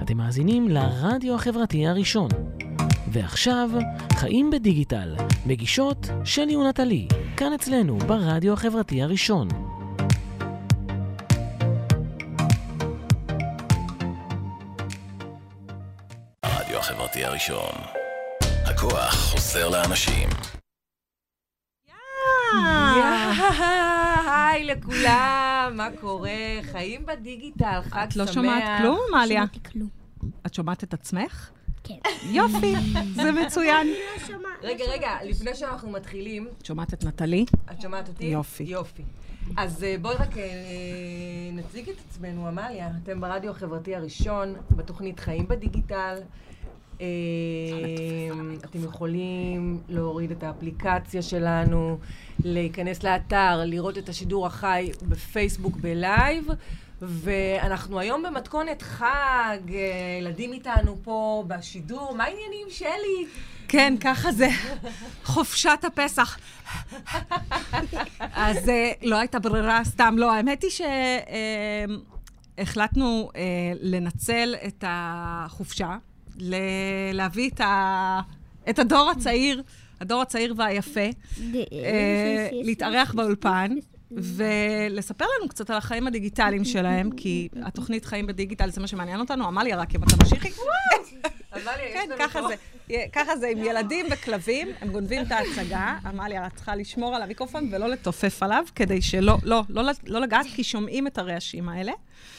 אתם מאזינים לרדיו החברתי הראשון. ועכשיו, חיים בדיגיטל, מגישות שלי ונטלי, כאן אצלנו ברדיו החברתי הראשון. הרדיו החברתי הראשון. הכוח חוזר לאנשים. היי לכולם, מה קורה? חיים בדיגיטל, חג שמח. את לא שומעת כלום, אמליה? שמעתי כלום. את שומעת את עצמך? כן. יופי, זה מצוין. רגע, לפני שאנחנו מתחילים, את שומעת את נטלי? את שומעת אותי? יופי. יופי. אז בואי רק נציג את עצמנו, אמליה. אתם ברדיו החברתי הראשון, בתוכנית חיים בדיגיטל. אתם יכולים להוריד את האפליקציה שלנו, להיכנס לאתר, לראות את השידור החי בפייסבוק בלייב, ואנחנו היום במתכונת חג, ילדים איתנו פה בשידור. מה העניינים, שלי? כן, ככה זה. חופשת הפסח. אז לא הייתה ברירה סתם. לא, האמת היא שהחלטנו לנצל את החופשה, להביא את הדור הצעיר והיפה, להתארח באולפן, ולספר לנו קצת על החיים הדיגיטליים שלהם, כי התוכנית חיים בדיגיטל זה מה שמעניין אותנו. אמליה, רק אם אתה משיכי. כן, ככה זה עם ילדים וכלבים, הם גונבים את ההצגה. אמליה צריכה לשמור על המיקרופון ולא לתופף עליו, כדי שלא לגעת, כי שומעים את הרעשים האלה.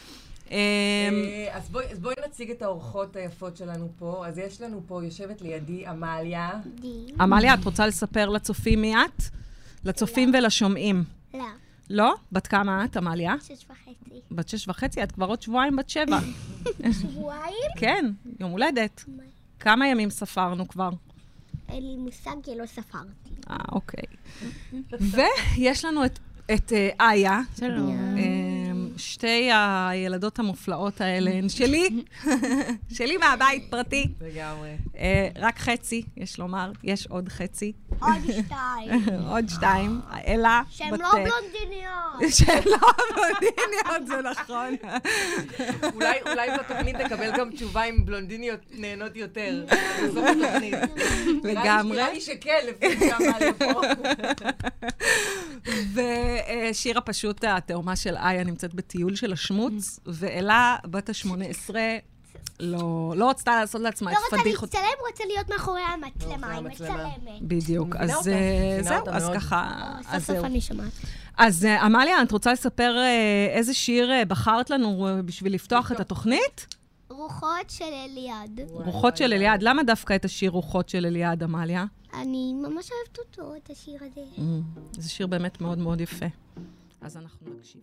אז בואי נציג את האורחות היפות שלנו פה. אז יש לנו פה, יושבת לידי, אמליה. אמליה, את רוצה לספר לצופים מי את? לצופים ולשומעים. לא. לא? בת כמה את, אמליה? 6.5. בת 6.5, את כבר עוד שבועיים בת 7. שבועיים? כן, יום הולדת. כמה ימים ספרנו כבר? אין לי מושג כי לא ספרתי. אוקיי. ויש לנו את איה. שלום. שתי הילדות המופלאות האלה הן שלי. שלי מהבית פרטי. לגמרי. רק חצי, יש לומר. יש עוד חצי. עוד 2. עוד 2. אלה. שהן לא בלונדיניות. שהן לא בלונדיניות, זה נכון. אולי בתוכנית נקבל גם תשובה עם בלונדיניות נהנות יותר. בסוף התוכנית. לגמרי. נראה לי שכן, לפי שאמליה פה. ושירה פשוט, התאומה של איה, נמצאת בטיול של השמוץ, ואלה, בת ה-18, לא רצתה לעשות לעצמה את לא רוצה פדיחות. להצטלם, רוצה להיות מאחורי המצלמה, היא מצלמת. בדיוק, אז זהו, אז ככה, אז סוף זהו. אני שומעת. אז אמליה, את רוצה לספר איזה שיר בחרת לנו בשביל לפתוח את התוכנית? רוחות של אליעד. רוחות של אליעד. למה דווקא את השיר רוחות של אליעד, אמליה? אני ממש אוהבת אותו, את השיר הזה. זה שיר באמת מאוד מאוד יפה. אז אנחנו נקשיב.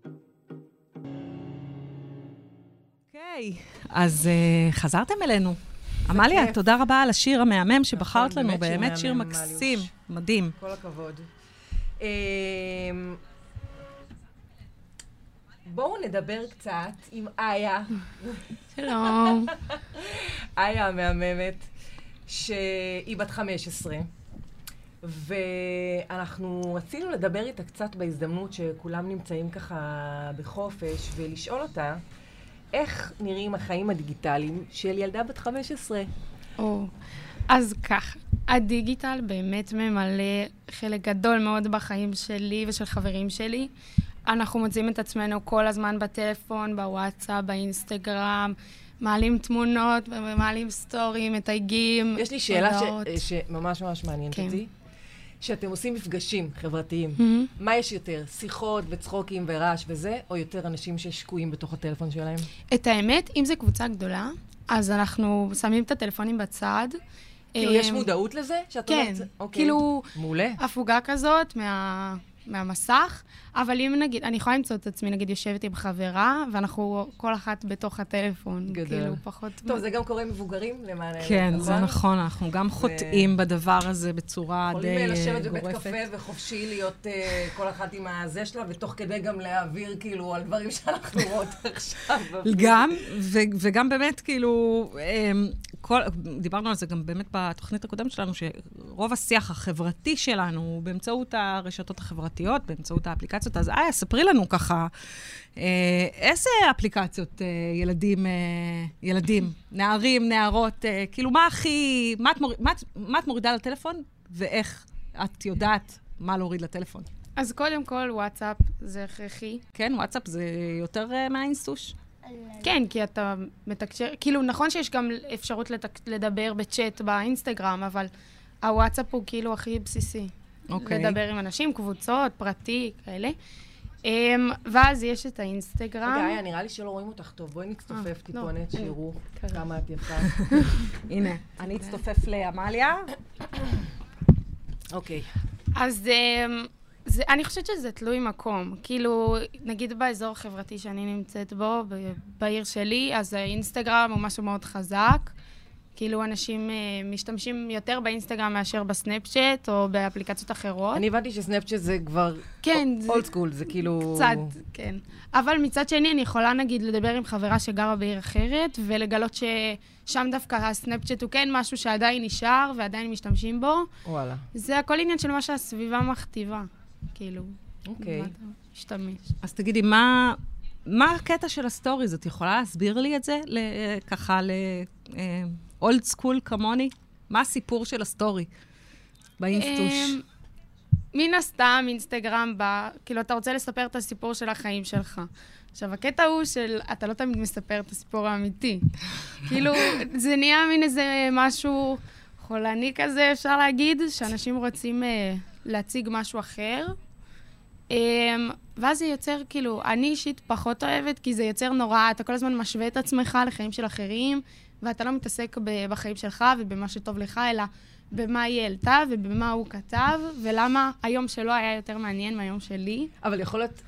אוקיי, אז חזרתם אלינו. אמליה, תודה רבה על השיר המהמם שבחרת לנו, באמת שיר מקסים, מדהים. כל הכבוד. בואו נדבר קצת עם איה. שלום. איה המהממת, שהיא בת 15. ואנחנו רצינו לדבר איתה קצת בהזדמנות שכולם נמצאים ככה בחופש, ולשאול אותה איך נראים החיים הדיגיטליים של ילדה בת 15. אז כך, הדיגיטל באמת ממלא חלק גדול מאוד בחיים שלי ושל חברים שלי. אנחנו מוצאים את עצמנו כל הזמן בטלפון, בוואטסאפ, באינסטגרם, מעלים תמונות ומעלים סטורים, מתייגים. יש לי שאלה שממש ממש מעניינת אותי. שאתם עושים מפגשים חברתיים, מה יש יותר? שיחות וצחוקים ורעש וזה, או יותר אנשים ששקועים בתוך הטלפון שלהם? את האמת, אם זו קבוצה גדולה, אז אנחנו שמים את הטלפונים בצד. כאילו, יש מודעות לזה? כן, כאילו, מעולה. הפוגה כזאת מהמסך, אבל אם נגיד, אני יכולה למצוא את עצמי, נגיד, יושבת עם חברה, ואנחנו כל אחת בתוך הטלפון. גדול. כאילו, פחות... טוב, זה גם קורה עם מבוגרים, למען האמת. כן, זה נכון, אנחנו גם חוטאים בדבר הזה בצורה די גורפת. יכולים לשבת בבית קפה וחופשי להיות כל אחת עם הזה שלה, ותוך כדי גם להעביר, כאילו, על דברים שאנחנו רואות עכשיו. גם, וגם באמת, כאילו, דיברנו על זה גם באמת בתוכנית הקודמת שלנו, שרוב השיח החברתי שלנו הוא באמצעות הרשתות החברתיות, באמצעות האפליקציות. אז ספרי לנו ככה, איזה אפליקציות ילדים, נערים, נערות, כאילו מה את מורידה לטלפון, ואיך את יודעת מה להוריד לטלפון? אז קודם כל, וואטסאפ זה הכרחי. כן, וואטסאפ זה יותר מהאינסטוש? כן, כי אתה מתקשר, כאילו נכון שיש גם אפשרות לדבר בצ'אט באינסטגרם, אבל הוואטסאפ הוא כאילו הכי בסיסי. אוקיי. לדבר עם אנשים, קבוצות, פרטי, כאלה. ואז יש את האינסטגרם. רגע, נראה לי שלא רואים אותך טוב. בואי נצטופף טיפונת, שיראו כמה את יפה. הנה, אני אצטופף לעמליה. אוקיי. אז אני חושבת שזה תלוי מקום. כאילו, נגיד באזור החברתי שאני נמצאת בו, בעיר שלי, אז האינסטגרם הוא משהו מאוד חזק. כאילו, אנשים משתמשים יותר באינסטגרם מאשר בסנאפצ'אט או באפליקציות אחרות. אני הבנתי שסנאפצ'אט זה כבר אולד סקול, זה כאילו... קצת, כן. אבל מצד שני, אני יכולה, נגיד, לדבר עם חברה שגרה בעיר אחרת, ולגלות ששם דווקא הסנאפצ'אט הוא כן משהו שעדיין נשאר ועדיין משתמשים בו. וואלה. זה הכל עניין של מה שהסביבה מכתיבה. כאילו, אוקיי. מה אתה משתמש. אז תגידי, מה הקטע של הסטוריז? את יכולה להסביר לי את זה? ככה אולד סקול כמוני? מה הסיפור של הסטורי באינסטוש? מן הסתם, אינסטגרם בא, כאילו, אתה רוצה לספר את הסיפור של החיים שלך. עכשיו, הקטע הוא אתה לא תמיד מספר את הסיפור האמיתי. כאילו, זה נהיה מין איזה משהו חולני כזה, אפשר להגיד, שאנשים רוצים להציג משהו אחר. ואז זה יוצר, כאילו, אני אישית פחות אוהבת, כי זה יוצר נורא, אתה כל הזמן משווה את עצמך לחיים של אחרים, ואתה לא מתעסק בחיים שלך ובמה שטוב לך, אלא במה היא העלתה ובמה הוא כתב, ולמה היום שלו היה יותר מעניין מהיום שלי. אבל יכול להיות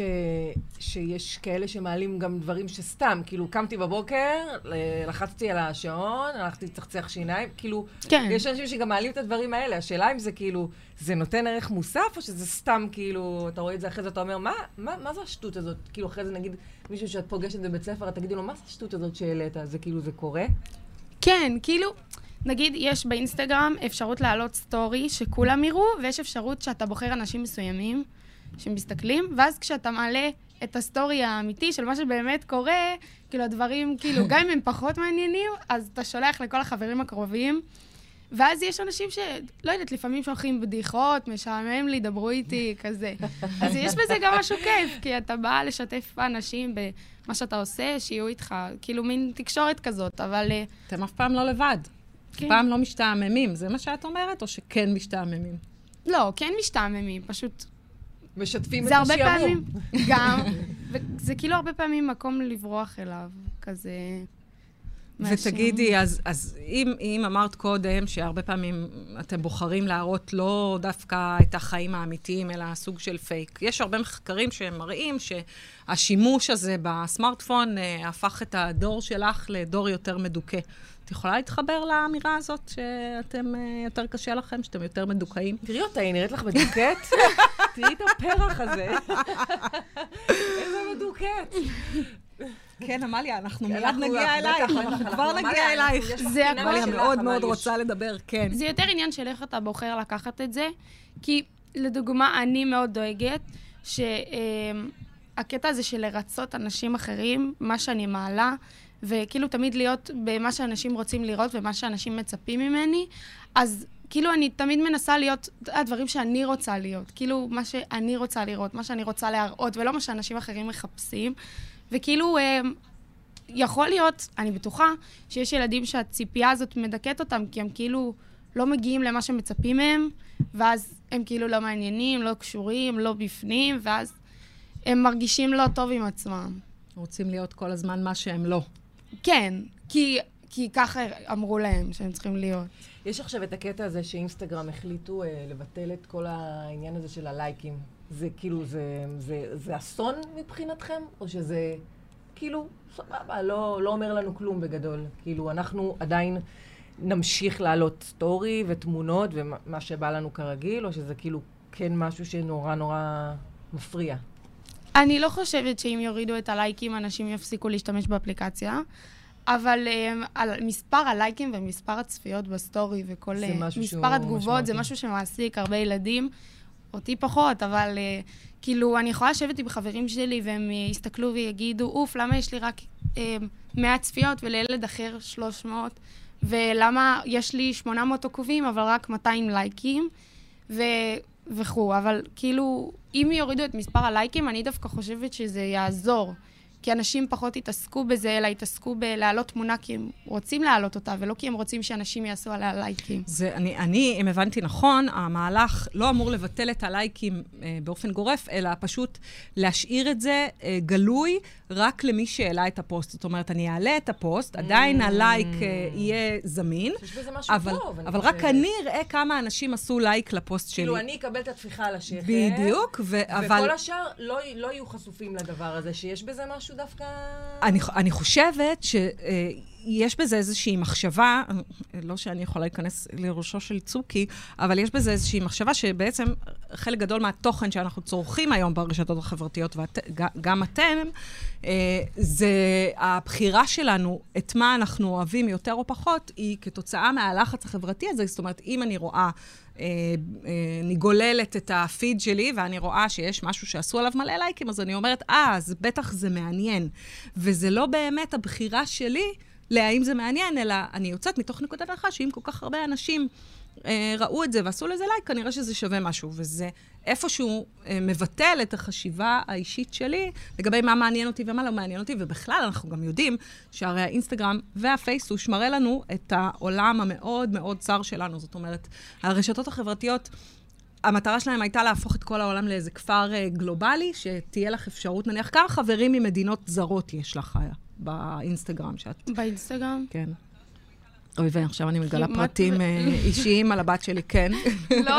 שיש כאלה שמעלים גם דברים שסתם, כאילו, קמתי בבוקר, לחצתי על השעון, הלכתי לצחצח שיניים, כאילו, כן. יש אנשים שגם מעלים את הדברים האלה. השאלה אם זה כאילו, זה נותן ערך מוסף, או שזה סתם, כאילו, אתה רואה את זה אחרי זה, אתה אומר, מה זה השטות הזאת? כאילו, אחרי זה נגיד, מישהו שאת פוגשת בבית ספר, את תגידי לו, מה זה השטות הזאת שהעלית? זה כאילו, זה קורה? כן, כאילו, נגיד, יש באינסטגרם אפשרות להעלות סטורי שכולם יראו, ויש אפשרות שאתה בוחר אנשים מסוימים שמסתכלים, ואז כשאתה מעלה את הסטורי האמיתי של מה שבאמת קורה, כאילו הדברים, כאילו, גם אם הם פחות מעניינים, אז אתה שולח לכל החברים הקרובים, ואז יש אנשים לא יודעת, לפעמים שולחים בדיחות, משעמם לי, דברו איתי, כזה. אז יש בזה גם משהו כיף, כי אתה בא לשתף אנשים במה שאתה עושה, שיהיו איתך, כאילו מין תקשורת כזאת, אבל... אתם אף פעם לא לבד. כן. פעם לא משתעממים, זה מה שאת אומרת, או שכן משתעממים? לא, כן משתעממים, פשוט... משתפים את זה הרבה השעמום. פעמים, גם, וזה כאילו הרבה פעמים מקום לברוח אליו, כזה... ותגידי, אז אם אמרת קודם שהרבה פעמים אתם בוחרים להראות לא דווקא את החיים האמיתיים, אלא סוג של פייק. יש הרבה מחקרים שמראים שהשימוש הזה בסמארטפון הפך את הדור שלך לדור יותר מדוכא. את יכולה להתחבר לאמירה הזאת שאתם יותר קשה לכם, שאתם יותר מדוכאים? תראי אותה, היא נראית לך מדוכאת? תראי את הפרח הזה. איזה מדוכאת. כן, עמליה, אנחנו מיד נגיע אלייך, אנחנו כבר נגיע אלייך. זה עמליה מאוד מאוד רוצה לדבר, כן. זה יותר עניין של איך אתה בוחר לקחת את זה, כי לדוגמה, אני מאוד דואגת שהקטע הזה של לרצות אנשים אחרים, מה שאני מעלה, וכאילו תמיד להיות במה שאנשים רוצים לראות ומה שאנשים מצפים ממני, אז כאילו אני תמיד מנסה להיות הדברים שאני רוצה להיות, כאילו מה שאני רוצה לראות, מה שאני רוצה להראות, ולא מה שאנשים אחרים מחפשים. וכאילו, יכול להיות, אני בטוחה, שיש ילדים שהציפייה הזאת מדכאת אותם, כי הם כאילו לא מגיעים למה שמצפים מהם, ואז הם כאילו לא מעניינים, לא קשורים, לא בפנים, ואז הם מרגישים לא טוב עם עצמם. רוצים להיות כל הזמן מה שהם לא. כן, כי ככה אמרו להם שהם צריכים להיות. יש עכשיו את הקטע הזה שאינסטגרם החליטו לבטל את כל העניין הזה של הלייקים. זה כאילו, זה אסון מבחינתכם? או שזה כאילו, סבבה, לא אומר לנו כלום בגדול. כאילו, אנחנו עדיין נמשיך לעלות סטורי ותמונות ומה שבא לנו כרגיל, או שזה כאילו כן משהו שנורא נורא מפריע? אני לא חושבת שאם יורידו את הלייקים, אנשים יפסיקו להשתמש באפליקציה. אבל על מספר הלייקים ומספר הצפיות בסטורי וכל מספר התגובות, זה משהו שמעסיק הרבה ילדים, אותי פחות, אבל כאילו, אני יכולה לשבת עם חברים שלי והם יסתכלו ויגידו, אוף, למה יש לי רק 100 צפיות ולילד אחר 300, ולמה יש לי 800 עוקבים, אבל רק 200 לייקים, וכו'. אבל כאילו, אם יורידו את מספר הלייקים, אני דווקא חושבת שזה יעזור. כי אנשים פחות יתעסקו בזה, אלא יתעסקו בלהעלות תמונה כי הם רוצים להעלות אותה, ולא כי הם רוצים שאנשים יעשו עליה לייקים. אם הבנתי נכון, המהלך לא אמור לבטל את הלייקים באופן גורף, אלא פשוט להשאיר את זה גלוי רק למי שהעלה את הפוסט. זאת אומרת, אני אעלה את הפוסט, עדיין הלייק יהיה זמין, אבל רק אני אראה כמה אנשים עשו לייק לפוסט שלי. כאילו, אני אקבל את התפיחה על השכם. בדיוק, וכל השאר לא יהיו חשופים לדבר הזה, שיש בזה משהו דווקא... אני חושבת שיש בזה איזושהי מחשבה, לא שאני יכולה להיכנס לראשו של צוקי, אבל יש בזה איזושהי מחשבה שבעצם חלק גדול מהתוכן שאנחנו צורכים היום ברשתות החברתיות, וגם אתם, זה הבחירה שלנו, את מה אנחנו אוהבים יותר או פחות, היא כתוצאה מהלחץ החברתי הזה. זאת אומרת, אם אני רואה אני גוללת את הפיד שלי, ואני רואה שיש משהו שעשו עליו מלא לייקים, אז אני אומרת, אז בטח זה מעניין. וזה לא באמת הבחירה שלי להאם זה מעניין, אלא אני יוצאת מתוך נקודת הנחה, שאם כל כך הרבה אנשים ראו את זה ועשו לזה לייק, כנראה שזה שווה משהו. וזה איפשהו מבטל את החשיבה האישית שלי, לגבי מה מעניין אותי ומה לא מעניין אותי, ובכלל אנחנו גם יודעים שהרי האינסטגרם והפייסבוק מראה לנו את העולם המאוד מאוד צר שלנו. זאת אומרת, הרשתות החברתיות, המטרה שלהם הייתה להפוך את כל העולם לאיזה כפר גלובלי, שתהיה לך אפשרות, נניח, כמה חברים ממדינות זרות יש לך באינסטגרם. באינסטגרם? כן. אוי, ועכשיו אני מגלה פרטים אישיים על הבת שלי, כן. לא.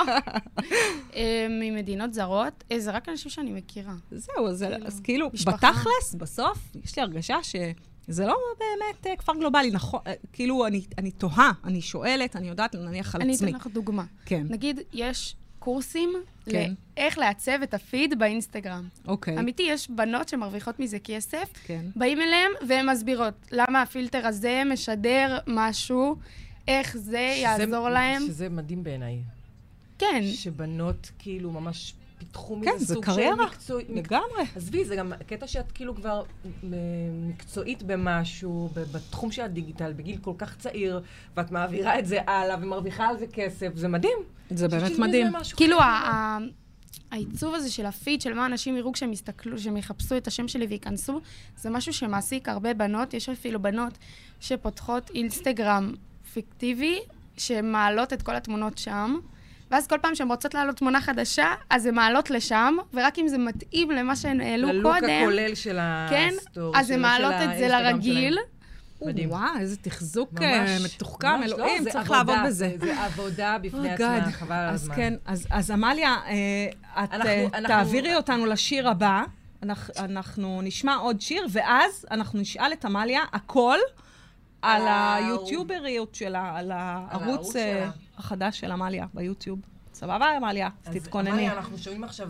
ממדינות זרות, זה רק אנשים שאני מכירה. זהו, אז כאילו, בתכלס, בסוף, יש לי הרגשה שזה לא באמת כפר גלובלי, נכון, כאילו, אני תוהה, אני שואלת, אני יודעת להניח על עצמי. אני אתן לך דוגמה. כן. נגיד, יש קורסים לאיך לעצב את הפיד באינסטגרם. אוקיי. אמיתי, יש בנות שמרוויחות מזה כסף, כן. באים אליהם והן מסבירות למה הפילטר הזה משדר משהו, איך זה יעזור להם. שזה מדהים בעיניי. כן. שבנות כאילו ממש פיתחו כן, מזה סוג של מקצועי. לגמרי. עזבי, זה גם קטע שאת כאילו כבר מקצועית במשהו, בתחום של הדיגיטל, בגיל כל כך צעיר, ואת מעבירה את זה הלאה ומרוויחה על זה כסף, זה מדהים. זה באמת מדהים. כאילו, העיצוב הזה של הפיד, של מה אנשים יראו כשהם יסתכלו, כשהם יחפשו את השם שלי וייכנסו, זה משהו שמעסיק הרבה בנות. יש אפילו בנות שפותחות אינסטגרם פיקטיבי, שמעלות את כל התמונות שם, ואז כל פעם שהן רוצות להעלות תמונה חדשה, אז הן מעלות לשם, ורק אם זה מתאים למה שהן העלו קודם... ללוק הכולל של הסטורי. כן, אז הן מעלות את זה לרגיל. מדהים. וואו, איזה תחזוק מתוחכם, אלוהים, צריך לעבוד בזה. זה עבודה בפני עצמה, חבל על הזמן. אז כן, אז עמליה, את תעבירי אותנו לשיר הבא, אנחנו נשמע עוד שיר, ואז אנחנו נשאל את עמליה הכל על היוטיובריות שלה, על הערוץ החדש של עמליה ביוטיוב. סבבה, עמליה? תתכונני. עמליה, אנחנו שומעים עכשיו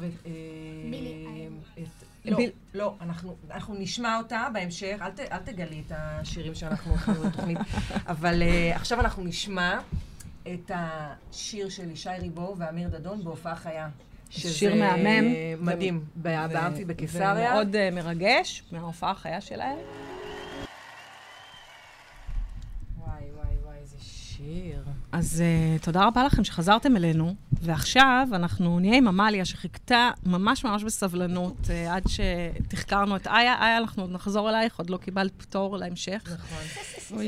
לא, אנחנו נשמע אותה בהמשך, אל תגלי את השירים שאנחנו הכנו לתוכנית, אבל עכשיו אנחנו נשמע את השיר של ישי ריבו ואמיר דדון בהופעה חיה. שיר מהמם. מדהים, באמפי בקיסריה. ומאוד מרגש מההופעה החיה שלהם. אז תודה רבה לכם שחזרתם אלינו, ועכשיו אנחנו נהיה עם עמליה שחיכתה ממש ממש בסבלנות עד שתחקרנו את איה. איה, אנחנו עוד נחזור אלייך, עוד לא קיבלת פטור להמשך. נכון.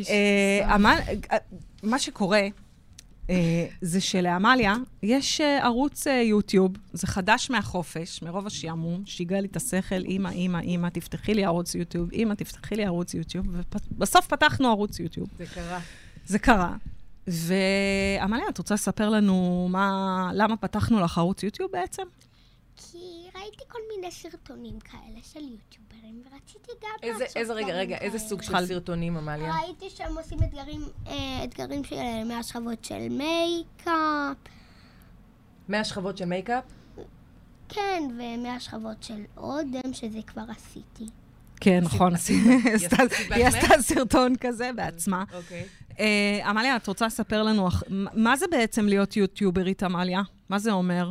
מה שקורה זה שלעמליה יש ערוץ יוטיוב, זה חדש מהחופש, מרוב השעמום, שיגע לי את השכל, אמא, תפתחי לי ערוץ יוטיוב, אמא, תפתחי לי ערוץ יוטיוב, ובסוף פתחנו ערוץ יוטיוב. זה קרה. ועמליה, את רוצה לספר לנו למה פתחנו לך ערוץ יוטיוב בעצם? כי ראיתי כל מיני סרטונים כאלה של יוטיוברים, ורציתי גם לעשות רגע, איזה סוג של סרטונים, עמליה? ראיתי שהם עושים אתגרים של 100 שכבות של מייקאפ. 100 שכבות של מייקאפ? כן, ו100 שכבות של אודם, שזה כבר עשיתי. כן, נכון. היא עשתה סרטון כזה בעצמה. אוקיי. עמליה, את רוצה לספר לנו, מה זה בעצם להיות יוטיוברית, עמליה? מה זה אומר?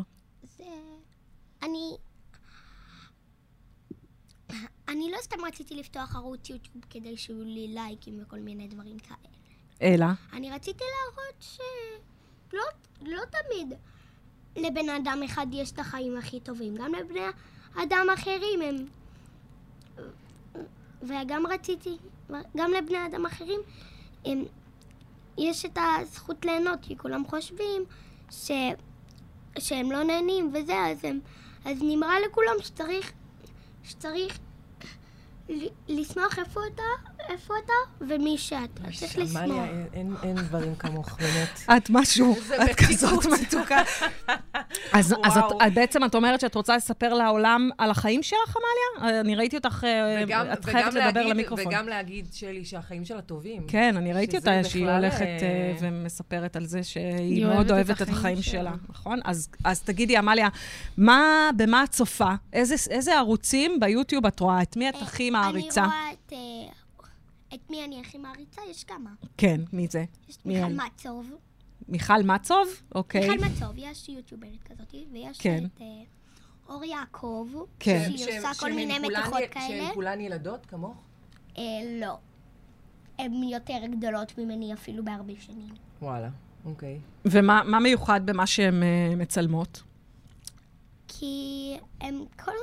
אני לא סתם רציתי לפתוח ערוץ יוטיוב כדי שיהיו לי לייקים וכל מיני דברים כאלה. אלא? אני רציתי להראות שלא תמיד לבן אדם אחד יש את החיים הכי טובים. גם לבני אדם אחרים הם... וגם רציתי, גם לבני אדם אחרים יש את הזכות ליהנות, כי כולם חושבים שהם לא נהנים וזה, אז נמראה לכולם שצריך לשמוח איפה אתה ומי שאתה. צריך לשמוח. עמליה, אין דברים כמוך, באמת. את משהו, את כזאת מתוקה. אז בעצם את אומרת שאת רוצה לספר לעולם על החיים שלך, עמליה? אני ראיתי אותך, את חייבת לדבר למיקרופון. וגם להגיד, שלי, שהחיים שלה טובים. כן, אני ראיתי אותה שהיא הולכת ומספרת על זה שהיא מאוד אוהבת את החיים שלה, נכון? אז תגידי, עמליה, במה את צופה? איזה ערוצים ביוטיוב את רואה? את מי את הכי מעריצה? אני רואה את מי אני הכי מעריצה, יש כמה. כן, מי זה? יש מיכל מצוב. מיכל מצוב? אוקיי. מיכל מצוב, יש יוטיוברית כזאת, ויש את אור יעקב, שהיא עושה כל מיני מתיחות כאלה. שהן כולן ילדות כמוך? לא. הן יותר גדולות ממני אפילו בהרבה שנים. וואלה, אוקיי. ומה מיוחד במה שהן מצלמות? כי הן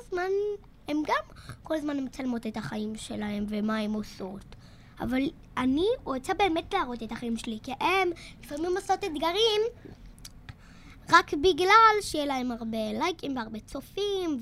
גם כל הזמן מצלמות את החיים שלהם ומה הן עושות. אבל אני רוצה באמת להראות את החיים שלי, כי הן לפעמים עושות אתגרים רק בגלל שיהיה להם הרבה לייקים והרבה צופים,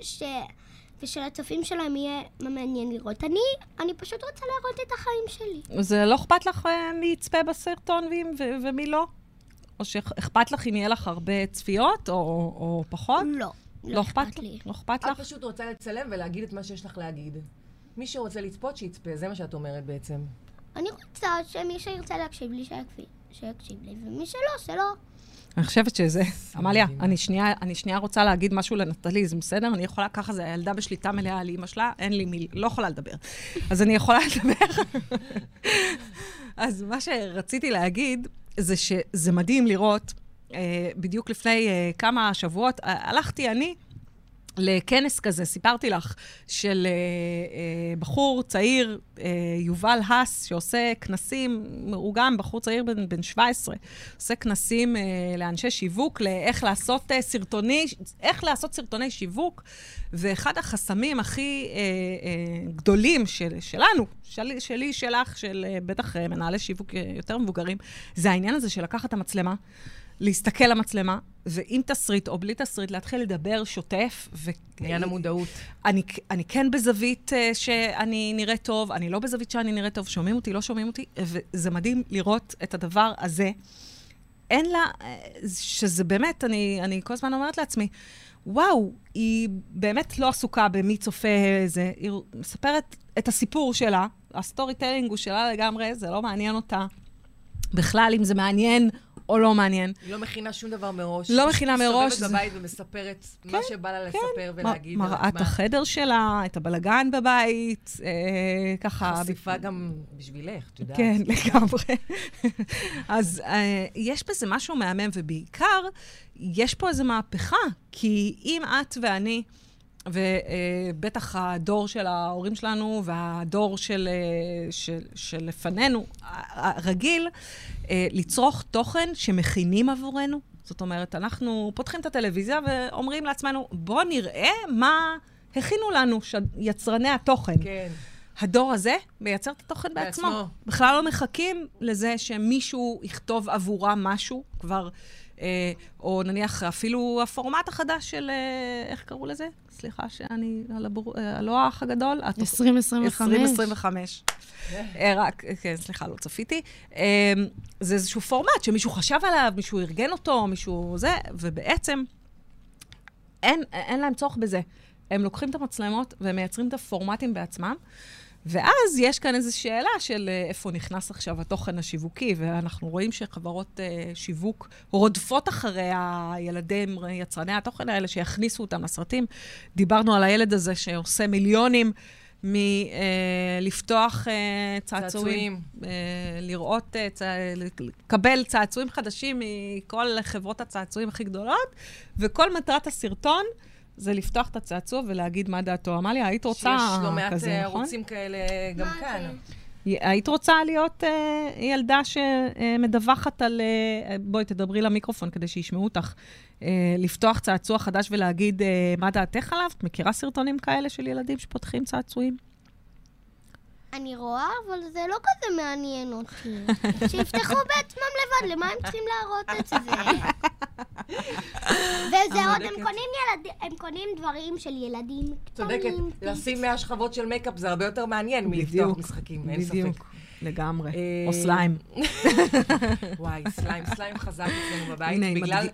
ושלצופים שלהם יהיה מעניין לראות. אני פשוט רוצה להראות את החיים שלי. זה לא אכפת לך מי יצפה בסרטון ומי לא? או שאכפת לך אם יהיה לך הרבה צפיות או פחות? לא. לא אכפת לי. לא אכפת לך? את פשוט רוצה לצלם ולהגיד את מה שיש לך להגיד. מי שרוצה לצפות, שיצפה. זה מה שאת אומרת בעצם. אני רוצה שמי שירצה להקשיב לי, שיקשיב לי, ומי שלא, שלא. אני חושבת שזה... עמליה, אני שנייה רוצה להגיד משהו לנטלי, זה בסדר? אני יכולה, ככה זה הילדה בשליטה מלאה על אמא שלה, אין לי מי, לא יכולה לדבר. אז אני יכולה לדבר. אז מה שרציתי להגיד, זה שזה מדהים לראות, בדיוק לפני כמה שבועות, הלכתי אני לכנס כזה, סיפרתי לך, של בחור צעיר, יובל הס, שעושה כנסים, הוא גם בחור צעיר בן 17, עושה כנסים לאנשי שיווק, לאיך לעשות סרטוני שיווק, ואחד החסמים הכי גדולים שלנו, שלי, שלך, של בטח מנהלי שיווק יותר מבוגרים, זה העניין הזה של לקחת את המצלמה, להסתכל למצלמה, ועם תסריט או בלי תסריט, להתחיל לדבר שוטף. עניין המודעות. אני כן בזווית שאני נראית טוב, אני לא בזווית שאני נראית טוב, שומעים אותי, לא שומעים אותי, וזה מדהים לראות את הדבר הזה. אין לה, שזה באמת, אני כל הזמן אומרת לעצמי, וואו, היא באמת לא עסוקה במי צופה זה, היא מספרת את הסיפור שלה, הסטורי טלינג הוא שלה לגמרי, זה לא מעניין אותה. בכלל, אם זה מעניין או לא מעניין. היא לא מכינה שום דבר מראש. לא מכינה מראש. היא מסתובבת בבית ומספרת מה שבא לה לספר ולהגיד. מראה את החדר שלה, את הבלגן בבית, ככה. חשיפה גם בשבילך, את יודעת. כן, לגמרי. אז יש בזה משהו מהמם, ובעיקר, יש פה איזו מהפכה, כי אם את ואני, ובטח הדור של ההורים שלנו, והדור של לפנינו, רגיל, לצרוך תוכן שמכינים עבורנו. זאת אומרת, אנחנו פותחים את הטלוויזיה ואומרים לעצמנו, בוא נראה מה הכינו לנו יצרני התוכן. כן. הדור הזה מייצר את התוכן בעצמו. בכלל לא מחכים לזה שמישהו יכתוב עבורה משהו, כבר, או נניח אפילו הפורמט החדש של, איך קראו לזה? סליחה שאני לא האח הגדול. 2025. 2025. רק, כן, סליחה, לא צפיתי. זה איזשהו פורמט שמישהו חשב עליו, מישהו ארגן אותו, מישהו זה, ובעצם אין להם צורך בזה. הם לוקחים את המצלמות ומייצרים את הפורמטים בעצמם, ואז יש כאן איזו שאלה של איפה נכנס עכשיו התוכן השיווקי, ואנחנו רואים שחברות שיווק רודפות אחרי הילדים, יצרני התוכן האלה, שיכניסו אותם לסרטים. דיברנו על הילד הזה שעושה מיליונים, מלפתוח צעצועים, לראות, לקבל צעצועים חדשים מכל חברות הצעצועים הכי גדולות, וכל מטרת הסרטון זה לפתוח את הצעצוע ולהגיד מה דעתו. עמליה, היית רוצה כזה, נכון? שיש לא מעט ערוצים כאלה גם כאן. היית רוצה להיות ילדה שמדווחת על... בואי, תדברי למיקרופון כדי שישמעו אותך. לפתוח צעצוע חדש ולהגיד מה דעתך עליו? את מכירה סרטונים כאלה של ילדים שפותחים צעצועים? אני רואה, אבל זה לא כזה מעניין אותי. שיפתחו בעצמם לבד, למה הם צריכים להראות את זה? וזה עוד, הם קונים דברים של ילדים קטנים. צודקת, לשים 100 שכבות של מייקאפ זה הרבה יותר מעניין מלפתוח משחקים, אין ספק. בדיוק, לגמרי. או סליים. וואי, סליים חזק אצלנו בבית, בגלל...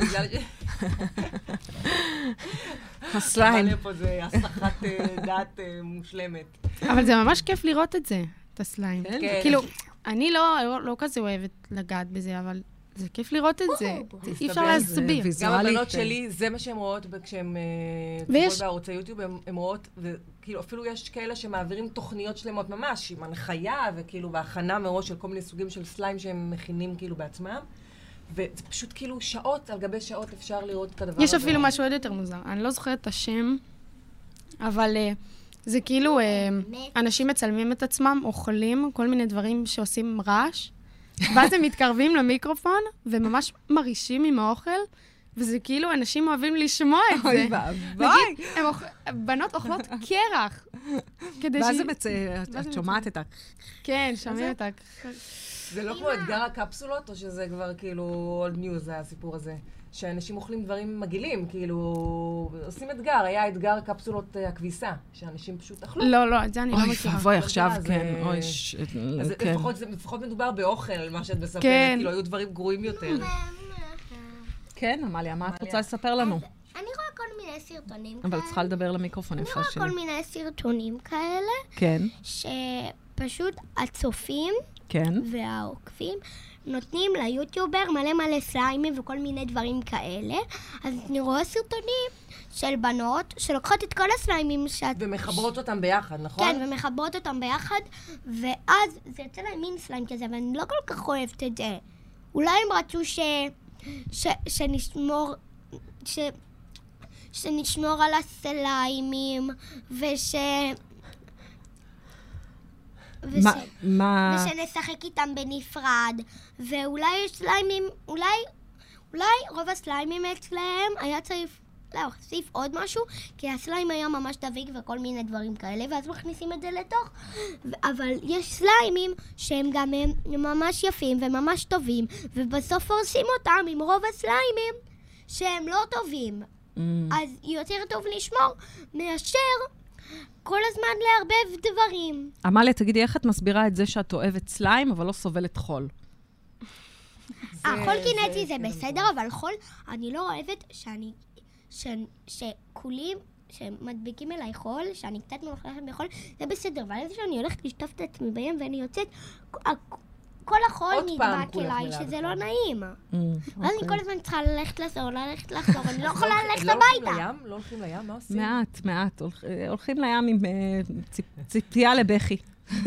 הסליים. פה זה הסחת דעת מושלמת. אבל זה ממש כיף לראות את זה, את הסליים. כן. כאילו, אני לא כזה אוהבת לגעת בזה, אבל זה כיף לראות את זה. אי אפשר להסביר. גם הבנות שלי, זה מה שהן רואות כשהן צופות בערוץ היוטיוב, הן רואות, וכאילו אפילו יש כאלה שמעבירים תוכניות שלמות ממש, עם הנחיה, וכאילו בהכנה מראש של כל מיני סוגים של סליים שהם מכינים כאילו בעצמם. וזה פשוט כאילו שעות על גבי שעות אפשר לראות את הדבר הזה. יש אפילו משהו עוד יותר מוזר. אני לא זוכרת את השם, אבל זה כאילו אנשים מצלמים את עצמם, אוכלים כל מיני דברים שעושים רעש, ואז הם מתקרבים למיקרופון, וממש מרעישים עם האוכל, וזה כאילו אנשים אוהבים לשמוע את זה. אוי ואבוי. בנות אוכלות קרח. ואז את שומעת את ה... כן, שומעים את ה... זה לא כמו אתגר הקפסולות, או שזה כבר כאילו old news, זה הסיפור הזה? שאנשים אוכלים דברים מגעילים, כאילו, עושים אתגר, היה אתגר קפסולות הכביסה, שאנשים פשוט אכלו. לא, את זה אני לא מכירה. אוי, ואבוי, עכשיו כן, אוי, אז כן. לפחות מדובר באוכל, מה שאת מספרת, כן. כאילו, היו דברים גרועים יותר. כן, עמליה, מה את רוצה לספר לנו? אני רואה כל מיני סרטונים כאלה. אבל צריכה לדבר למיקרופון יפה שלי. אני רואה כל מיני סרטונים כאלה, כן. שפשוט הצופים כן. והעוקבים נותנים ליוטיובר מלא סליימים וכל מיני דברים כאלה. אז אני רואה סרטונים של בנות שלוקחות את כל הסליימים ומחברות אותם ביחד, נכון? כן, ומחברות אותם ביחד, ואז זה יוצא להם מין סליים כזה, ואני לא כל כך אוהבת את זה. אולי הם רצו שנשמור על הסליימים, ושנשחק איתם בנפרד, ואולי יש סליימים, אולי רוב הסליימים אצלהם היה צריך להוסיף עוד משהו, כי הסליים היה ממש דביק וכל מיני דברים כאלה, ואז מכניסים את זה לתוך. אבל יש סליימים שהם גם ממש יפים וממש טובים, ובסוף הורסים אותם עם רוב הסליימים שהם לא טובים. אז יותר טוב לשמור מאשר כל הזמן לערבב דברים. עמליה, תגידי, איך את מסבירה את זה שאת אוהבת סליים, אבל לא סובלת חול? חול קינטי זה בסדר, אבל חול, אני לא אוהבת שכולים, שמדביקים אליי חול, שאני קצת מלוכלכת בחול, זה בסדר, אבל איזה שאני הולכת לשטוף את עצמי בים ואני יוצאת, כל החול נדבק אליי, שזה לא נעים. אז אני כל הזמן צריכה ללכת לחזור, אני לא יכולה ללכת הביתה. לא הולכים לים? מה עושים? מעט. הולכים לים עם ציפייה לבכי.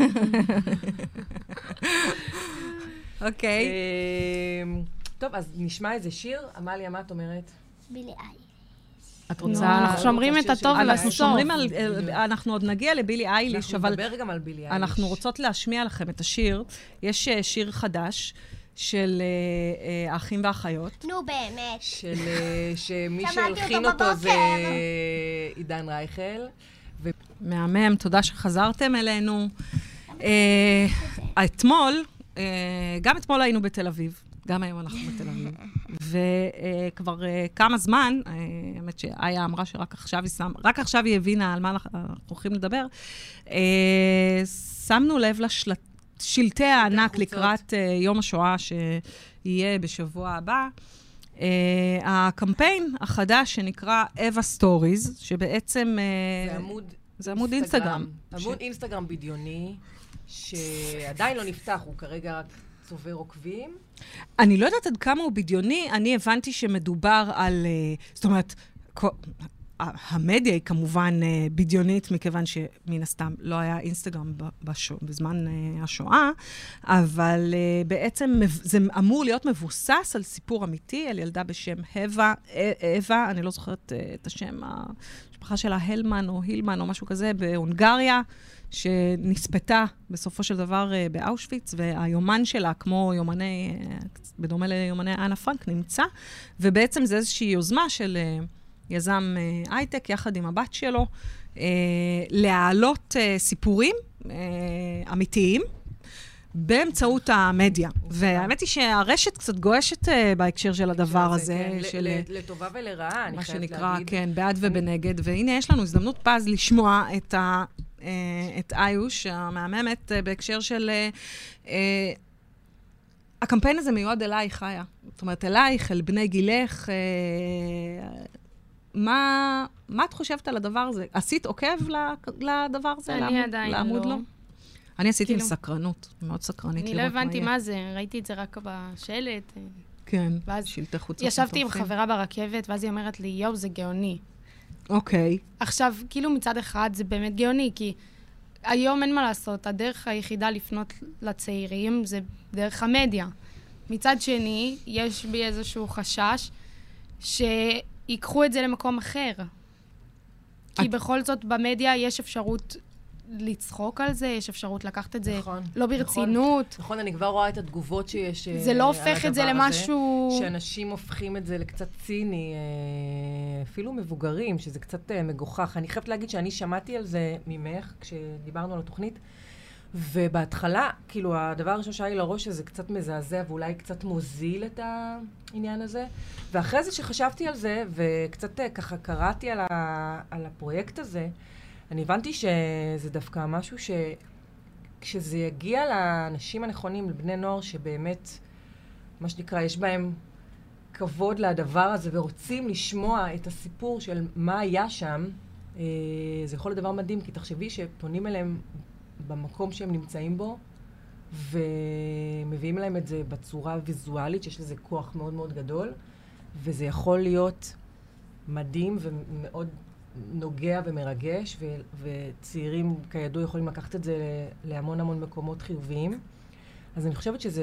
אוקיי. טוב, אז נשמע איזה שיר. עמליה, מה את אומרת? בילי אייליש. את רוצה... אנחנו שומרים את הטוב לסוף. אנחנו עוד נגיע לבילי אייליש, אבל... אנחנו נדבר גם על בילי אייליש. אנחנו רוצות להשמיע לכם את השיר. יש שיר חדש של האחים והאחיות. נו, באמת. שמי שהלחין אותו זה עידן רייכל. מהמם, תודה שחזרתם אלינו. גם אתמול היינו בתל אביב. גם היום אנחנו בתל אביב. וכבר כמה זמן, האמת שאיה אמרה שרק עכשיו היא הבינה על מה אנחנו הולכים לדבר, שמנו לב לשלטי הענק לקראת יום השואה שיהיה בשבוע הבא. הקמפיין החדש שנקרא אווה סטוריז, שבעצם... זה עמוד אינסטגרם. עמוד אינסטגרם בדיוני, שעדיין לא נפתח, הוא כרגע רק... צובר עוקבים. אני לא יודעת עד כמה הוא בדיוני, אני הבנתי שמדובר על, זאת אומרת, המדיה היא כמובן בדיונית, מכיוון שמן הסתם לא היה אינסטגרם בזמן השואה, אבל בעצם זה אמור להיות מבוסס על סיפור אמיתי, על ילדה בשם אווה, אני לא זוכרת את השם, המשפחה שלה הלמן או הילמן או משהו כזה, בהונגריה, שנספתה בסופו של דבר באושוויץ, והיומן שלה, כמו יומני, בדומה ליומני אנה פרנק, נמצא, ובעצם זה איזושהי יוזמה של יזם הייטק, יחד עם הבת שלו, להעלות סיפורים אמיתיים, באמצעות המדיה. והאמת היא שהרשת קצת גועשת בהקשר של הדבר הזה. לטובה ולרעה, אני מה חייבת להגיד. שנקרא, כן, בעד ובנגד. והנה יש לנו הזדמנות פז לשמוע את איוש, המהממת, בהקשר של... הקמפיין הזה מיועד אלייך, חיה. זאת אומרת, אלייך, אל בני גילך. מה את חושבת על הדבר הזה? עשית עוקב לדבר הזה? אני עדיין לא. אני עשיתי עם סקרנות, מאוד סקרנית. אני לא הבנתי מה זה, ראיתי את זה רק בשלט. כן, שלטי חוצות. ישבתי עם חברה ברכבת, ואז היא אומרת לי, יואו, זה גאוני. אוקיי. עכשיו, כאילו מצד אחד זה באמת גאוני, כי היום אין מה לעשות, הדרך היחידה לפנות לצעירים זה דרך המדיה. מצד שני, יש בי איזשהו חשש שיקחו את זה למקום אחר. כי בכל זאת במדיה יש אפשרות לצחוק על זה, יש אפשרות לקחת את זה לא ברצינות. נכון, אני כבר רואה את התגובות שיש על הדבר הזה. זה לא הופך את זה למשהו... שאנשים הופכים את זה לקצת ציני, אפילו מבוגרים, שזה קצת מגוחך. אני חייבת להגיד שאני שמעתי על זה ממך, כשדיברנו על התוכנית, ובהתחלה, כאילו, הדבר הראשון שהיה לי לראש שזה קצת מזעזע, ואולי קצת מוזיל את העניין הזה. ואחרי זה שחשבתי על זה, וקצת ככה קראתי על הפרויקט הזה, אני הבנתי שזה דווקא משהו כשזה יגיע לאנשים הנכונים, לבני נוער שבאמת, מה שנקרא, יש בהם כבוד לדבר הזה, ורוצים לשמוע את הסיפור של מה היה שם, זה יכול להיות דבר מדהים, כי תחשבי שפונים אליהם במקום שהם נמצאים בו, ומביאים להם את זה בצורה ויזואלית, שיש לזה כוח מאוד מאוד גדול, וזה יכול להיות מדהים ומאוד נוגע ומרגש, וצעירים כידוע יכולים לקחת את זה להמון המון מקומות חיוביים. אז אני חושבת שזה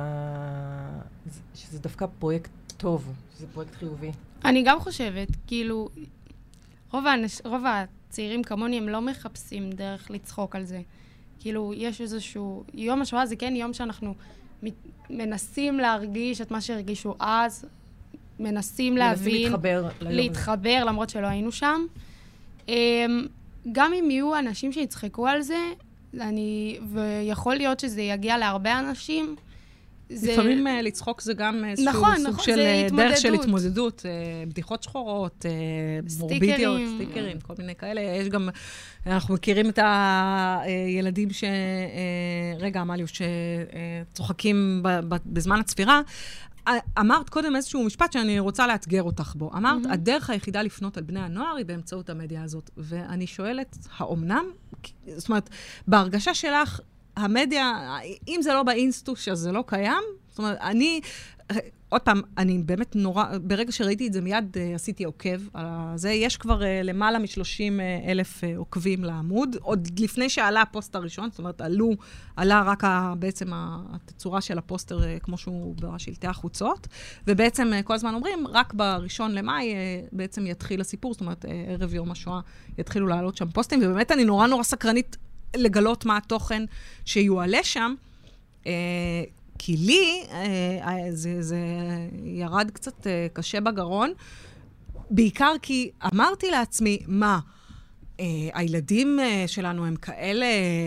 דווקא פרויקט טוב, שזה פרויקט חיובי. אני גם חושבת, כאילו, רוב הצעירים כמוני הם לא מחפשים דרך לצחוק על זה. כאילו, יש איזשהו... יום השואה זה כן יום שאנחנו מנסים להרגיש את מה שהרגישו אז, מנסים להבין, להתחבר, למרות שלא היינו שם. גם אם יהיו אנשים שיצחקו על זה, ויכול להיות שזה יגיע להרבה אנשים. לפעמים לצחוק זה גם איזשהו סוג של דרך של התמודדות, בדיחות שחורות, מורבידיות, סטיקרים, כל מיני כאלה. יש גם, אנחנו מכירים את הילדים רגע, עמליו, שצוחקים בזמן הצפירה. אמרת קודם איזשהו משפט שאני רוצה לאתגר אותך בו. אמרת, הדרך היחידה לפנות על בני הנוער היא באמצעות המדיה הזאת. ואני שואלת, האומנם? זאת אומרת, בהרגשה שלך, המדיה, אם זה לא באינסטוש, אז זה לא קיים? זאת אומרת, עוד פעם, אני באמת נורא, ברגע שראיתי את זה מיד עשיתי עוקב על זה. יש כבר למעלה מ-30,000 עוקבים לעמוד, עוד לפני שעלה הפוסט הראשון, זאת אומרת, עלה רק בעצם התצורה של הפוסטר כמו שהוא בשלטי החוצות, ובעצם כל הזמן אומרים, רק בראשון למאי בעצם יתחיל הסיפור, זאת אומרת, ערב יום השואה יתחילו לעלות שם פוסטים, ובאמת אני נורא נורא סקרנית לגלות מה התוכן שיועלה שם, כי לי זה ירד קצת קשה בגרון, בעיקר כי אמרתי לעצמי, מה, הילדים שלנו הם כאלה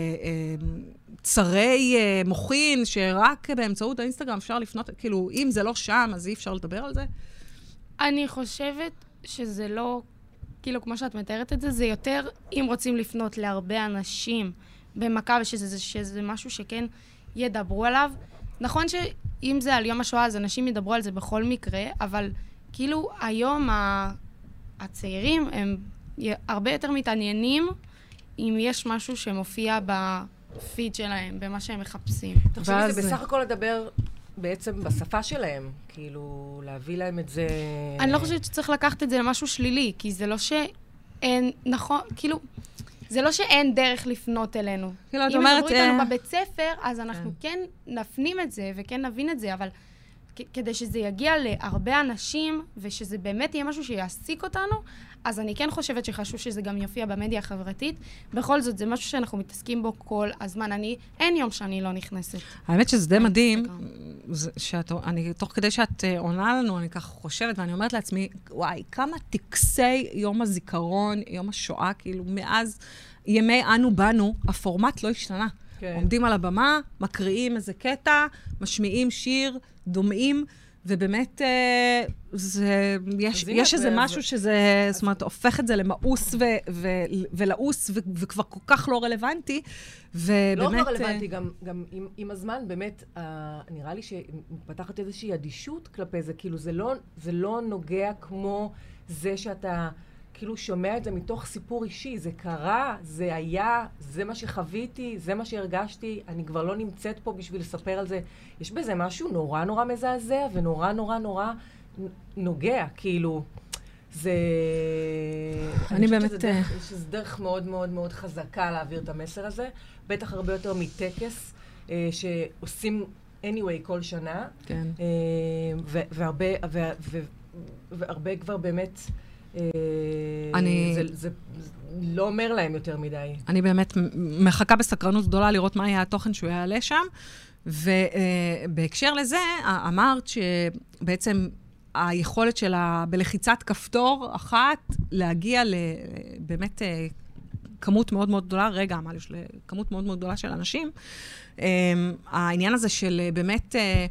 צרי מוחין, שרק באמצעות האינסטגרם אפשר לפנות, כאילו, אם זה לא שם, אז אי אפשר לדבר על זה? אני חושבת שזה לא, כאילו, כמו שאת מתארת את זה, זה יותר, אם רוצים לפנות להרבה אנשים במכה, ושזה משהו שכן ידברו עליו. נכון שאם זה על יום השואה, אז אנשים ידברו על זה בכל מקרה, אבל כאילו היום הצעירים הם הרבה יותר מתעניינים אם יש משהו שמופיע בפיד שלהם, במה שהם מחפשים. תחשבי, זה בסך הכל לדבר בעצם בשפה שלהם, כאילו, להביא להם את זה... אני לא חושבת שצריך לקחת את זה למשהו שלילי, כי זה לא שאין, נכון, כאילו, זה לא שאין דרך לפנות אלינו. כאילו, את אם אומרת... ידברו איתנו בבית ספר, אז אנחנו כן נפנים את זה, וכן נבין את זה, אבל כדי שזה יגיע להרבה אנשים, ושזה באמת יהיה משהו שיעסיק אותנו, אז אני כן חושבת שחשוב שזה גם יופיע במדיה החברתית. בכל זאת, זה משהו שאנחנו מתעסקים בו כל הזמן. אין יום שאני לא נכנסת. האמת שזה די מדהים, תוך כדי שאת עונה לנו, אני ככה חושבת, ואני אומרת לעצמי, וואי, כמה טקסי יום הזיכרון, יום השואה, כאילו, מאז ימי אנו באנו, הפורמט לא השתנה. כן. עומדים על הבמה, מקריאים איזה קטע, משמיעים שיר, דומעים, ובאמת, יש איזה משהו שזה, זאת אומרת, הופך את זה למאוס ולעוס, וכבר כל כך לא רלוונטי, ובאמת... לא רלוונטי, גם עם הזמן, באמת, נראה לי שמפתחת איזושהי אדישות כלפי זה, כאילו, זה לא נוגע כמו זה שאתה... כאילו שומע את זה מתוך סיפור אישי, זה קרה, זה היה, זה מה שחוויתי, זה מה שהרגשתי, אני כבר לא נמצאת פה בשביל לספר על זה. יש בזה משהו נורא נורא מזעזע ונורא נורא נורא נוגע, כאילו, זה... אני באמת... יש איזו דרך מאוד מאוד מאוד חזקה להעביר את המסר הזה, בטח הרבה יותר מטקס שעושים anyway כל שנה, כן. והרבה כבר באמת... זה לא אומר להם יותר מדי. אני באמת מחכה בסקרנות גדולה לראות מה יהיה התוכן שהוא יעלה שם, ובהקשר לזה, אמרת שבעצם היכולת שלה בלחיצת כפתור אחת להגיע לבאמת כמות מאוד מאוד גדולה, כמות מאוד מאוד גדולה של אנשים, העניין הזה של באמת...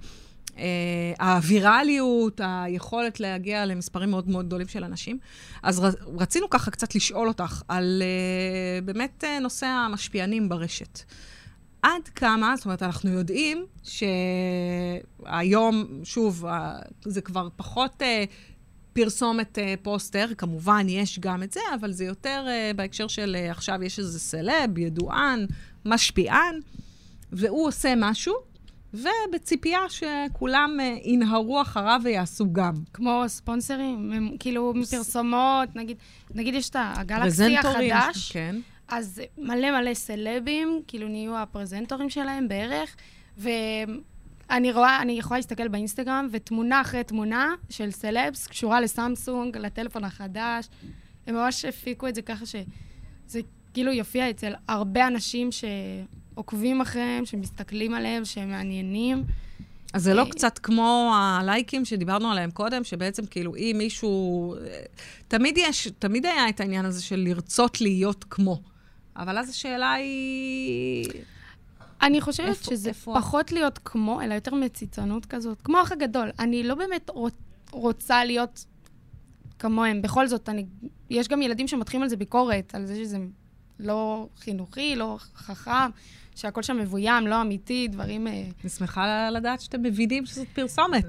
הווירליות, היכולת להגיע למספרים מאוד מאוד גדולים של אנשים. אז רצינו ככה קצת לשאול אותך על באמת נושא המשפיענים ברשת. עד כמה, זאת אומרת, אנחנו יודעים שהיום, שוב, זה כבר פחות פרסומת פוסטר, כמובן יש גם את זה, אבל זה יותר בהקשר של עכשיו יש איזה סלב, ידוען, משפיען, והוא עושה משהו, ובציפייה שכולם ינהרו אחריו ויעשו גם. כמו ספונסרים, כאילו מפרסומות, נגיד יש את הגלקסי החדש, כן. אז מלא מלא סלבים, כאילו נהיו הפרזנטורים שלהם בערך, ואני יכולה להסתכל באינסטגרם, ותמונה אחרי תמונה של סלבס, קשורה לסמסונג, לטלפון החדש, הם ממש הפיקו את זה ככה שזה כאילו יופיע אצל הרבה אנשים עוקבים אחריהם, שמסתכלים עליהם, שהם מעניינים. אז זה לא קצת כמו הלייקים שדיברנו עליהם קודם, שבעצם כאילו אם מישהו... תמיד היה את העניין הזה של לרצות להיות כמו. אבל אז השאלה היא... אני חושבת שזה פחות להיות כמו, אלא יותר מציצנות כזאת. כמו אח הגדול. אני לא באמת רוצה להיות כמוהם. בכל זאת, יש גם ילדים שמתחילים על זה ביקורת, על זה שזה לא חינוכי, לא חכם. שהכל שם מבוים, לא אמיתי, דברים... אני שמחה לדעת שאתם מבינים שזאת פרסומת.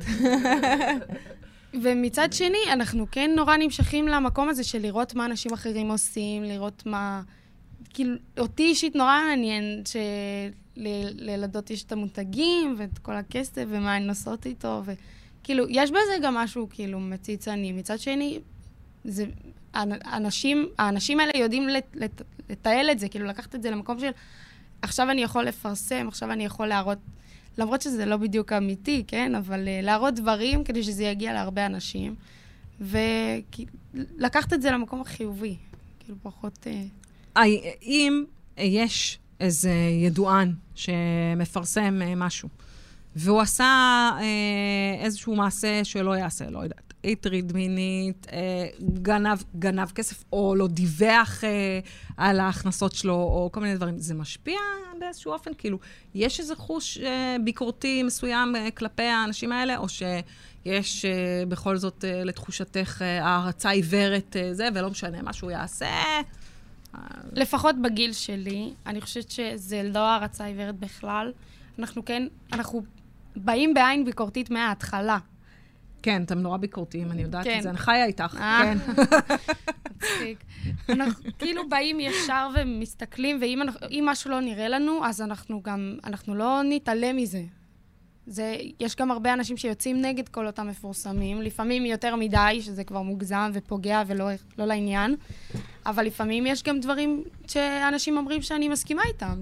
ומצד שני, אנחנו כן נורא נמשכים למקום הזה של לראות מה אנשים אחרים עושים, לראות מה... כאילו, אותי אישית נורא מעניין שלילדות יש את המותגים ואת כל הכסף ומה הן נוסעות איתו, וכאילו, יש בזה גם משהו כאילו מציצני. מצד שני, האנשים האלה יודעים לטייל את זה, כאילו לקחת את זה למקום של... עכשיו אני יכול לפרסם, עכשיו אני יכול להראות, למרות שזה לא בדיוק אמיתי, כן? אבל להראות דברים כדי שזה יגיע להרבה אנשים, ולקחת את זה למקום החיובי, כאילו פחות... אם יש איזה ידוען שמפרסם משהו, והוא עשה איזשהו מעשה שלא יעשה, לא יודעת, הטריד מינית, גנב כסף, או לא דיווח על ההכנסות שלו, או כל מיני דברים. זה משפיע באיזשהו אופן? כאילו, יש איזה חוש ביקורתי מסוים כלפי האנשים האלה, או שיש בכל זאת לתחושתך הערצה עיוורת זה, ולא משנה מה שהוא יעשה? לפחות בגיל שלי, אני חושבת שזה לא הערצה עיוורת בכלל. אנחנו באים בעין ביקורתית מההתחלה. כן, אתם נורא ביקורתיים, אני יודעת את זה. אני חיה איתך, כן. מצחיק. אנחנו כאילו באים ישר ומסתכלים, ואם משהו לא נראה לנו, אז אנחנו לא נתעלם מזה. יש גם הרבה אנשים שיוצאים נגד כל אותם מפורסמים, לפעמים יותר מדי, שזה כבר מוגזם ופוגע ולא לעניין, אבל לפעמים יש גם דברים שאנשים אומרים שאני מסכימה איתם,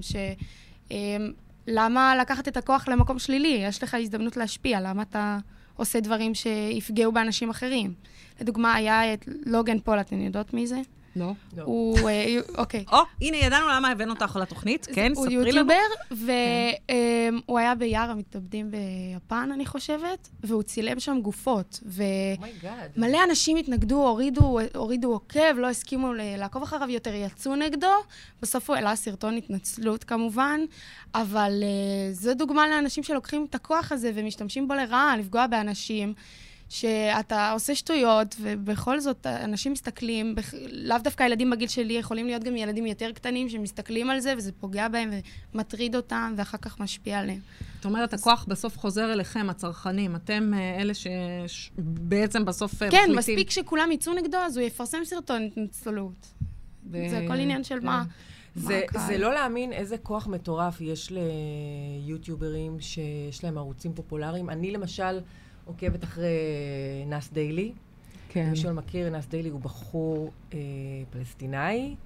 למה לקחת את הכוח למקום שלילי? יש לך הזדמנות להשפיע, למה אתה עושה דברים שיפגעו באנשים אחרים? לדוגמה, היה את לוגן פול, אתן יודעות מי זה? לא. אוקיי. הנה, ידענו למה הבאנו אותך לתוכנית, כן, ספרי לנו. הוא יוטיובר, והוא היה ביער המתאבדים ביפן, אני חושבת, והוא צילם שם גופות, ומלא אנשים התנגדו, הורידו עוקב, לא הסכימו לעקוב אחריו יותר, יצאו נגדו, בסוף הוא העלה סרטון התנצלות כמובן, אבל זו דוגמה לאנשים שלוקחים את הכוח הזה ומשתמשים בו לרעה, לפגוע באנשים, שאתה עושה שטויות, ובכל זאת אנשים מסתכלים, לאו דווקא ילדים בגיל שלי, יכולים להיות גם ילדים יותר קטנים שמסתכלים על זה, וזה פוגע בהם ומטריד אותם, ואחר כך משפיע עליהם. זאת אומרת, הכוח בסוף חוזר אליכם, הצרכנים. אתם אלה שבעצם בסוף מחליטים. כן, מספיק שכולם יצאו נגדו, אז הוא יפרסם סרטון התנצלות. זה כל עניין של מה... זה לא להאמין איזה כוח מטורף יש ליוטיוברים שיש להם ערוצים פופולריים. אני למשל עוקבת אחרי נאס דיילי. כן. מי שלא מכיר, נאס דיילי הוא בחור פלסטיני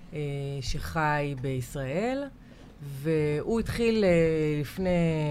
שחי בישראל, והוא התחיל לפני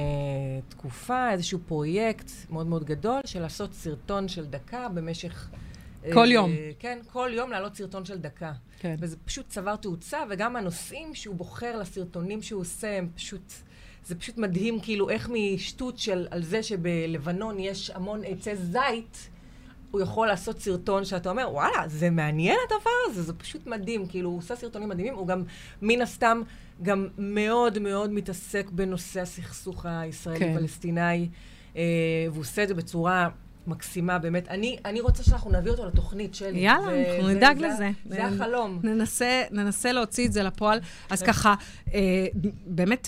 תקופה איזשהו פרויקט מאוד מאוד גדול של לעשות סרטון של דקה במשך... כל יום. כן, כל יום לעלות סרטון של דקה. כן. וזה פשוט צבר תאוצה, וגם הנושאים שהוא בוחר לסרטונים שהוא עושה, הם פשוט... זה פשוט מדהים, כאילו, איך משטות על זה שבלבנון יש המון עצי זית, הוא יכול לעשות סרטון שאתה אומר, וואלה, זה מעניין הדבר הזה, זה פשוט מדהים, כאילו, הוא עושה סרטונים מדהימים, הוא גם, מן הסתם, גם מאוד מאוד מתעסק בנושא הסכסוך הישראלי-פלסטיני, והוא עושה את זה בצורה מקסימה, באמת. אני רוצה שאנחנו נביא אותו לתוכנית שלי. יאללה, אנחנו נדאג לזה. זה החלום. ננסה להוציא את זה לפועל. אז ככה, באמת,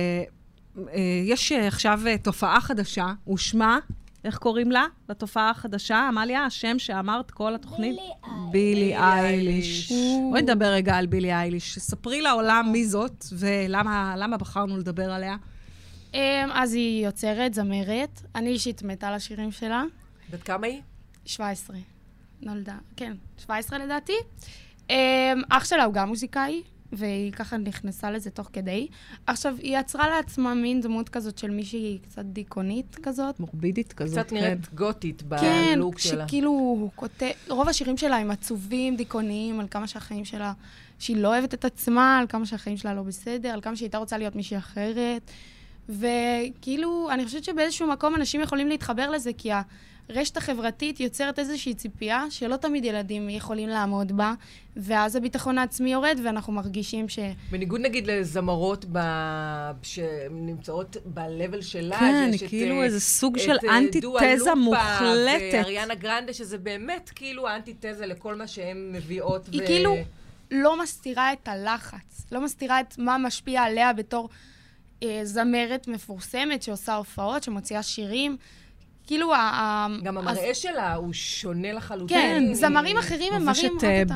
יש עכשיו תופעה חדשה, ושמה, איך קוראים לה? לתופעה החדשה, אמליה, השם שאמרת כל התוכנית? בילי אייליש. בואי נדבר רגע על בילי אייליש. ספרי לעולם מי זאת, ולמה בחרנו לדבר עליה? אז היא יוצרת, זמרת. אני אישית מתה על השירים שלה. בת כמה היא? 17. נולדה, כן, 17 לדעתי. אח שלה הוא גם מוזיקאי, והיא ככה נכנסה לזה תוך כדי. עכשיו, היא יצרה לעצמה מין דמות כזאת של מישהי קצת דיכאונית כזאת. מורבידית כזאת. קצת נראית גותית כן, בלוק שלה. שכאילו הוא כותב, רוב השירים שלה הם עצובים, דיכאוניים, על כמה שהחיים שלה, שהיא לא אוהבת את עצמה, על כמה שהחיים שלה לא בסדר, על כמה שהיא הייתה רוצה להיות מישהי אחרת. וכאילו, אני חושבת שבאיזשהו מקום אנשים יכולים להתחבר לזה, כי הרשת החברתית יוצרת איזושהי ציפייה שלא תמיד ילדים יכולים לעמוד בה, ואז הביטחון העצמי יורד, ואנחנו מרגישים בניגוד נגיד לזמרות שנמצאות ב-level שלה, כן, כאילו איזה סוג של אנטיתזה מוחלטת. ואריאנה גרנדה, שזה באמת כאילו האנטיתזה לכל מה שהן מביאות. היא כאילו לא מסתירה את הלחץ, לא מסתירה את מה משפיע עליה בתור זמרת מפורסמת שעושה הופעות, שמוציאה שירים. כאילו גם המראה שלה הוא שונה לחלוטין. כן, זמרים אחרים הם מראים רק את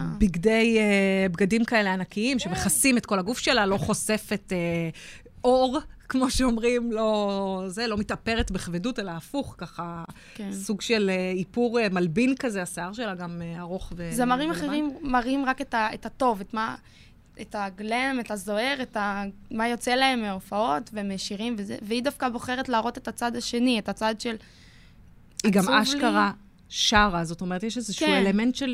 בגדים כאלה ענקיים, שמכסים את כל הגוף שלה, לא חושפת אור, כמו שאומרים, לא מתאפרת בכבדות, אלא הפוך, ככה סוג של איפור מלבין כזה, השיער שלה גם ארוך ולבן. זמרים אחרים מראים רק את הטוב, את הגלם, את הזוהר, מה יוצא להם מההופעות ומשירים, והיא דווקא בוחרת להראות את הצד השני, את הצד של... היא גם אשכרה שרה, זאת אומרת, יש איזשהו אלמנט של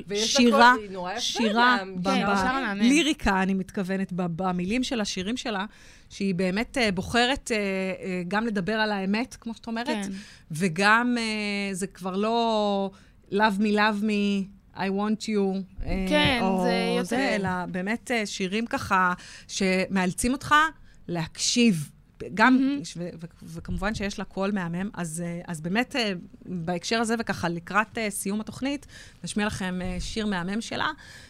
שירה, ליריקה, אני מתכוונת, במילים של השירים שלה, שהיא באמת בוחרת גם לדבר על האמת, כמו שאת אומרת, וגם זה כבר לא love me, I want you, כן, זה יותר. אלא באמת שירים ככה שמאלצים אותך להקשיב. גם, וכמובן שיש לה קול מהמם, אז באמת בהקשר הזה וככה לקראת סיום התוכנית, נשמיע לכם שיר מהמם שלה,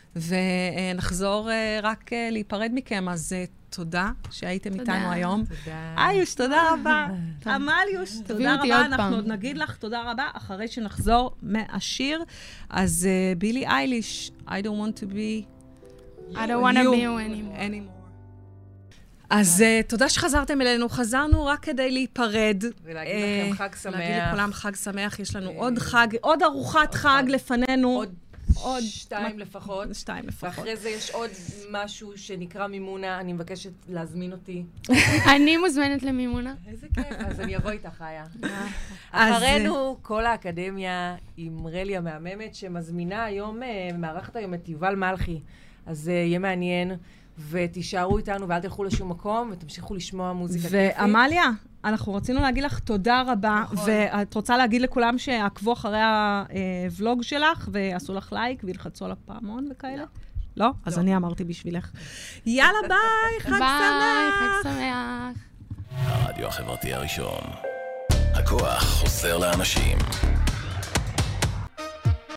ונחזור רק להיפרד מכם, אז תודה שהייתם איתנו היום. תודה. איוש, תודה רבה. אמליוש, תודה רבה. אנחנו עוד נגיד לך תודה רבה, אחרי שנחזור מהשיר. אז בילי אייליש, I don't want to be you anymore. אז תודה שחזרתם אלינו. חזרנו רק כדי להיפרד. ולהגיד לכם חג שמח. להגיד לכולם חג שמח. יש לנו עוד חג, עוד ארוחת חג לפנינו. עוד 2 לפחות. 2 לפחות. ואחרי זה יש עוד משהו שנקרא מימונה, אני מבקשת להזמין אותי. אני מוזמנת למימונה. איזה כיף, אז אני אבוא איתך, חיה. אחרינו כל האקדמיה עם רלי המהממת, שמזמינה היום, מארחת היום את יובל מלכי. אז יהיה מעניין, ותישארו איתנו ואל תלכו לשום מקום, ותמשיכו לשמוע מוזיקה כיפית. ואמליה, אנחנו רצינו להגיד לך תודה רבה, ואת רוצה להגיד לכולם שעקבו אחרי הוולוג שלך, ועשו לך לייק, וילחצו על הפעמון וכאלה? לא? אז אני אמרתי בשבילך. יאללה, ביי, חג שמח! ביי, חג שמח. הרדיו החברתי הראשון. הכוח חוזר לאנשים.